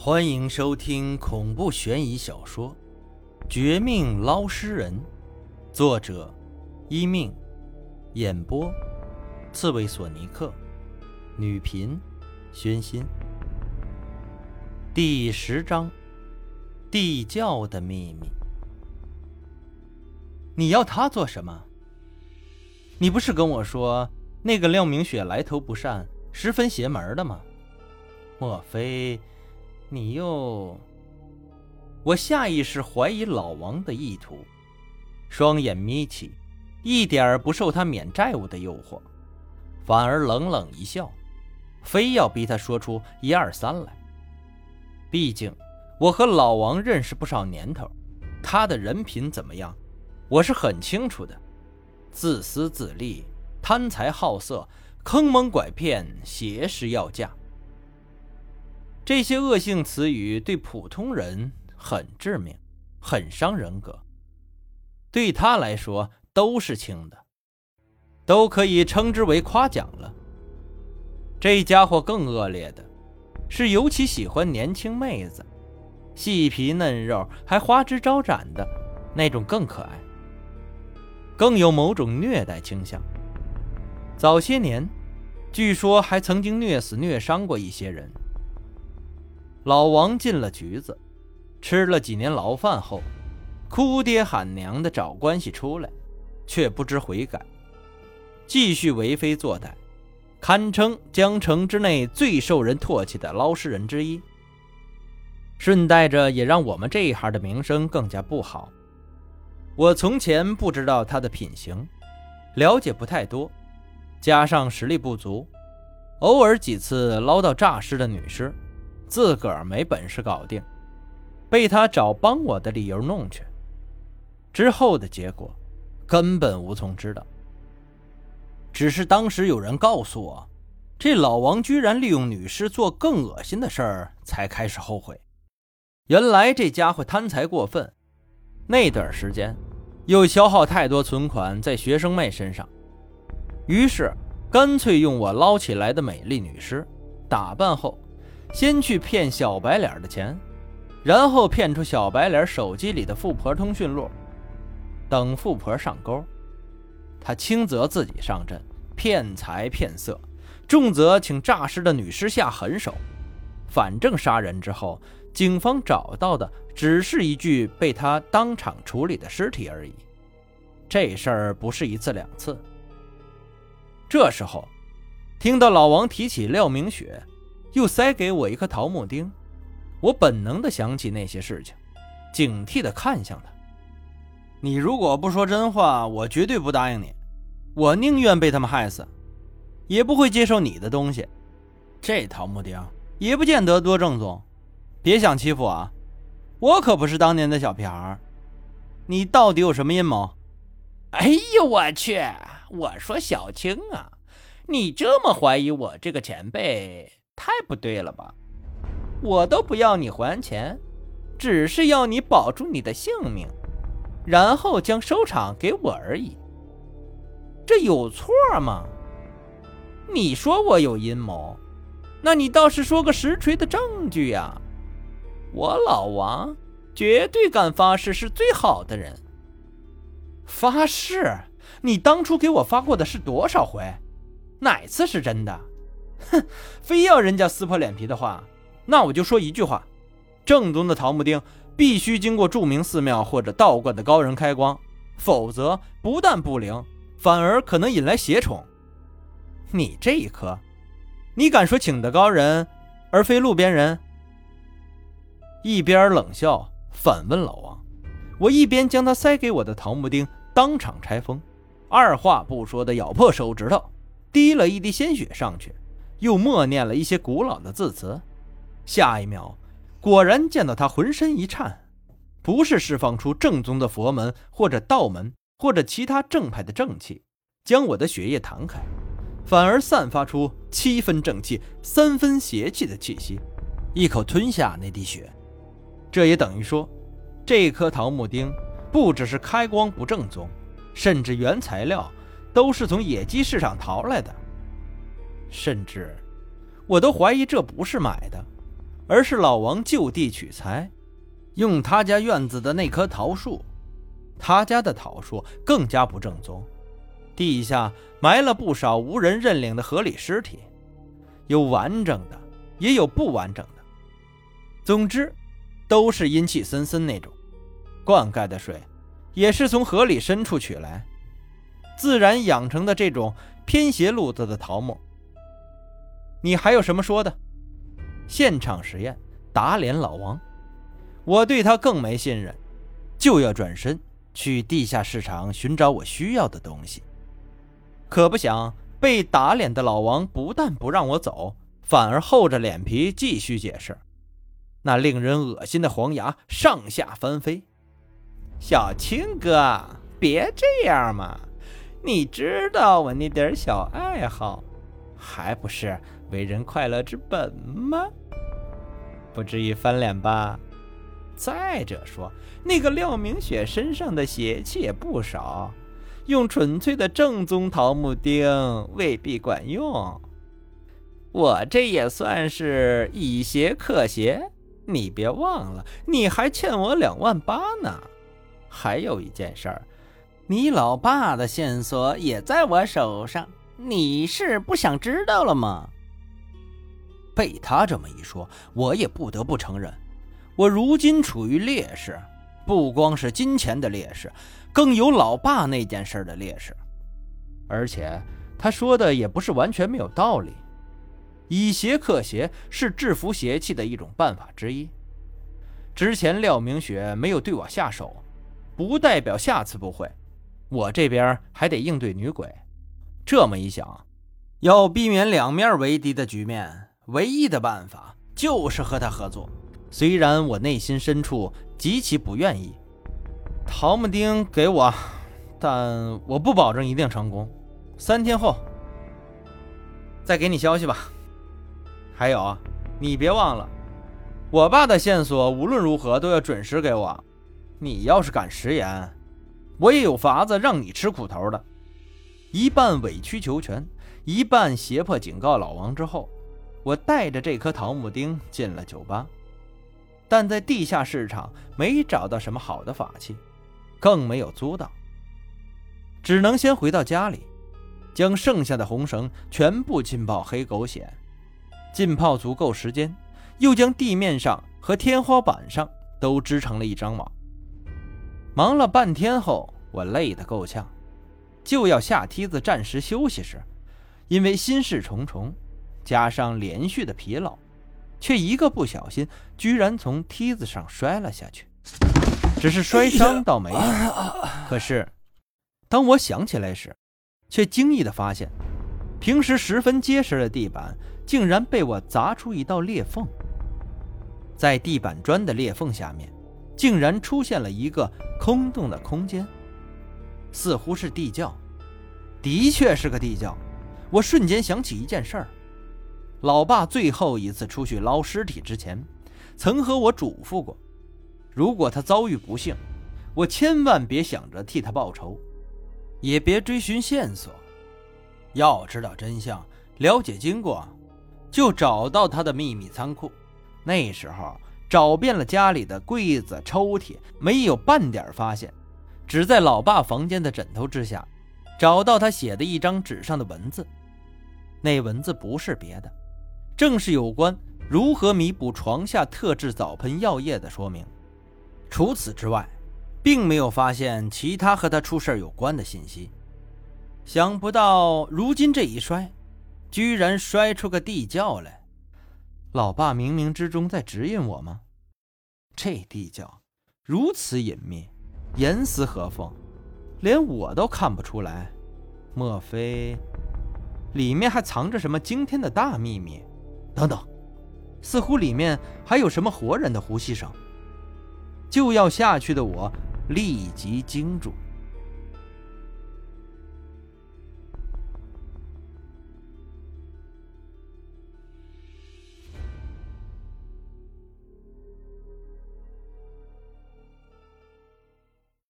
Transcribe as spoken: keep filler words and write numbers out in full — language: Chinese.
欢迎收听恐怖悬疑小说《绝命捞尸人》，作者一命，演播刺猬索尼克，女频宣心。第十章，地窖的秘密。你要他做什么？你不是跟我说那个廖明雪来头不善，十分邪门的吗？莫非你又……我下意识怀疑老王的意图，双眼眯起，一点不受他免债务的诱惑，反而冷冷一笑，非要逼他说出一二三来。毕竟我和老王认识不少年头，他的人品怎么样我是很清楚的，自私自利，贪财好色，坑蒙拐骗，挟持要价，这些恶性词语对普通人很致命，很伤人格，对他来说都是轻的，都可以称之为夸奖了。这家伙更恶劣的是，尤其喜欢年轻妹子，细皮嫩肉还花枝招展的那种更可爱，更有某种虐待倾向。早些年据说还曾经虐死虐伤过一些人。老王进了局子，吃了几年牢饭后，哭爹喊娘的找关系出来，却不知悔改，继续为非作歹，堪称江城之内最受人唾弃的捞尸人之一。顺带着也让我们这一行的名声更加不好。我从前不知道他的品行，了解不太多，加上实力不足，偶尔几次捞到诈尸的女尸，自个儿没本事搞定，被他找帮我的理由弄去，之后的结果根本无从知道。只是当时有人告诉我，这老王居然利用女尸做更恶心的事儿，才开始后悔。原来这家伙贪财过分，那段时间又消耗太多存款在学生妹身上，于是干脆用我捞起来的美丽女尸打扮后，先去骗小白脸的钱，然后骗出小白脸手机里的富婆通讯录，等富婆上钩，他轻则自己上阵骗财骗色，重则请诈尸的女尸下狠手。反正杀人之后，警方找到的只是一具被他当场处理的尸体而已，这事儿不是一次两次。这时候听到老王提起廖明雪，又塞给我一颗桃木钉，我本能地想起那些事情，警惕地看向他。你如果不说真话，我绝对不答应你，我宁愿被他们害死，也不会接受你的东西。这桃木钉也不见得多正宗，别想欺负我啊，我可不是当年的小屁孩。你到底有什么阴谋？ 哎呦我去，我说小青啊，你这么怀疑我这个前辈太不对了吧？我都不要你还钱，只是要你保住你的性命，然后将收场给我而已，这有错吗？你说我有阴谋，那你倒是说个实锤的证据呀！我老王绝对敢发誓是最好的人。 发誓？你当初给我发过的是多少回？哪次是真的？哼，非要人家撕破脸皮的话，那我就说一句话，正宗的桃木钉必须经过著名寺庙或者道观的高人开光，否则不但不灵，反而可能引来邪宠。你这一颗，你敢说请的高人而非路边人？一边冷笑反问老王，我一边将他塞给我的桃木钉当场拆封，二话不说的咬破手指头，滴了一滴鲜血上去，又默念了一些古老的字词。下一秒果然见到他浑身一颤，不是释放出正宗的佛门或者道门或者其他正派的正气将我的血液弹开，反而散发出七分正气三分邪气的气息，一口吞下那滴血。这也等于说，这颗桃木钉不只是开光不正宗，甚至原材料都是从野鸡市场淘来的，甚至我都怀疑这不是买的， 而是老王就地取材，用他家院子的那棵桃树。他家的桃树更加不正宗，地下埋了不少无人认领的河里尸体，有完整的，也有不完整的。总之，都是阴气森森那种。灌溉的水也是从河里深处取来，自然养成的这种偏斜路子的桃木。你还有什么说的？现场实验打脸老王，我对他更没信任，就要转身去地下市场寻找我需要的东西。可不想被打脸的老王不但不让我走，反而厚着脸皮继续解释，那令人恶心的黄牙上下翻飞。小青哥，别这样嘛，你知道我那点小爱好还不是为人快乐之本吗？不至于翻脸吧？再者说，那个廖明雪身上的邪气也不少，用纯粹的正宗桃木钉未必管用。我这也算是以邪克邪，你别忘了，你还欠我两万八呢。还有一件事儿，你老爸的线索也在我手上，你是不想知道了吗？被他这么一说，我也不得不承认，我如今处于劣势，不光是金钱的劣势，更有老爸那件事的劣势。而且他说的也不是完全没有道理，以邪克邪是制服邪气的一种办法之一。之前廖明雪没有对我下手，不代表下次不会，我这边还得应对女鬼。这么一想，要避免两面为敌的局面，唯一的办法就是和他合作。虽然我内心深处极其不愿意，桃木钉给我，但我不保证一定成功。三天后再给你消息吧。还有啊，你别忘了，我爸的线索无论如何都要准时给我。你要是敢食言，我也有法子让你吃苦头的。一半委曲求全，一半胁迫警告老王之后，我带着这颗桃木钉进了酒吧，但在地下市场没找到什么好的法器，更没有租到，只能先回到家里，将剩下的红绳全部浸泡黑狗血。浸泡足够时间，又将地面上和天花板上都织成了一张网。忙了半天后，我累得够呛，就要下梯子暂时休息时，因为心事重重，加上连续的疲劳，却一个不小心居然从梯子上摔了下去。只是摔伤倒没有，可是当我想起来时，却惊异地发现，平时十分结实的地板竟然被我砸出一道裂缝。在地板砖的裂缝下面，竟然出现了一个空洞的空间，似乎是地窖。的确是个地窖。我瞬间想起一件事儿，老爸最后一次出去捞尸体之前，曾和我嘱咐过，如果他遭遇不幸，我千万别想着替他报仇，也别追寻线索。要知道真相，了解经过，就找到他的秘密仓库。那时候找遍了家里的柜子抽屉，没有半点发现，只在老爸房间的枕头之下找到他写的一张纸上的文字。那文字不是别的，正是有关如何弥补床下特制澡盆药液的说明。除此之外，并没有发现其他和他出事有关的信息。想不到如今这一摔，居然摔出个地窖来。老爸冥冥之中在指引我吗？这地窖如此隐秘，严丝合缝，连我都看不出来，莫非里面还藏着什么惊天的大秘密？等等，似乎里面还有什么活人的呼吸声。就要下去的我立即惊住，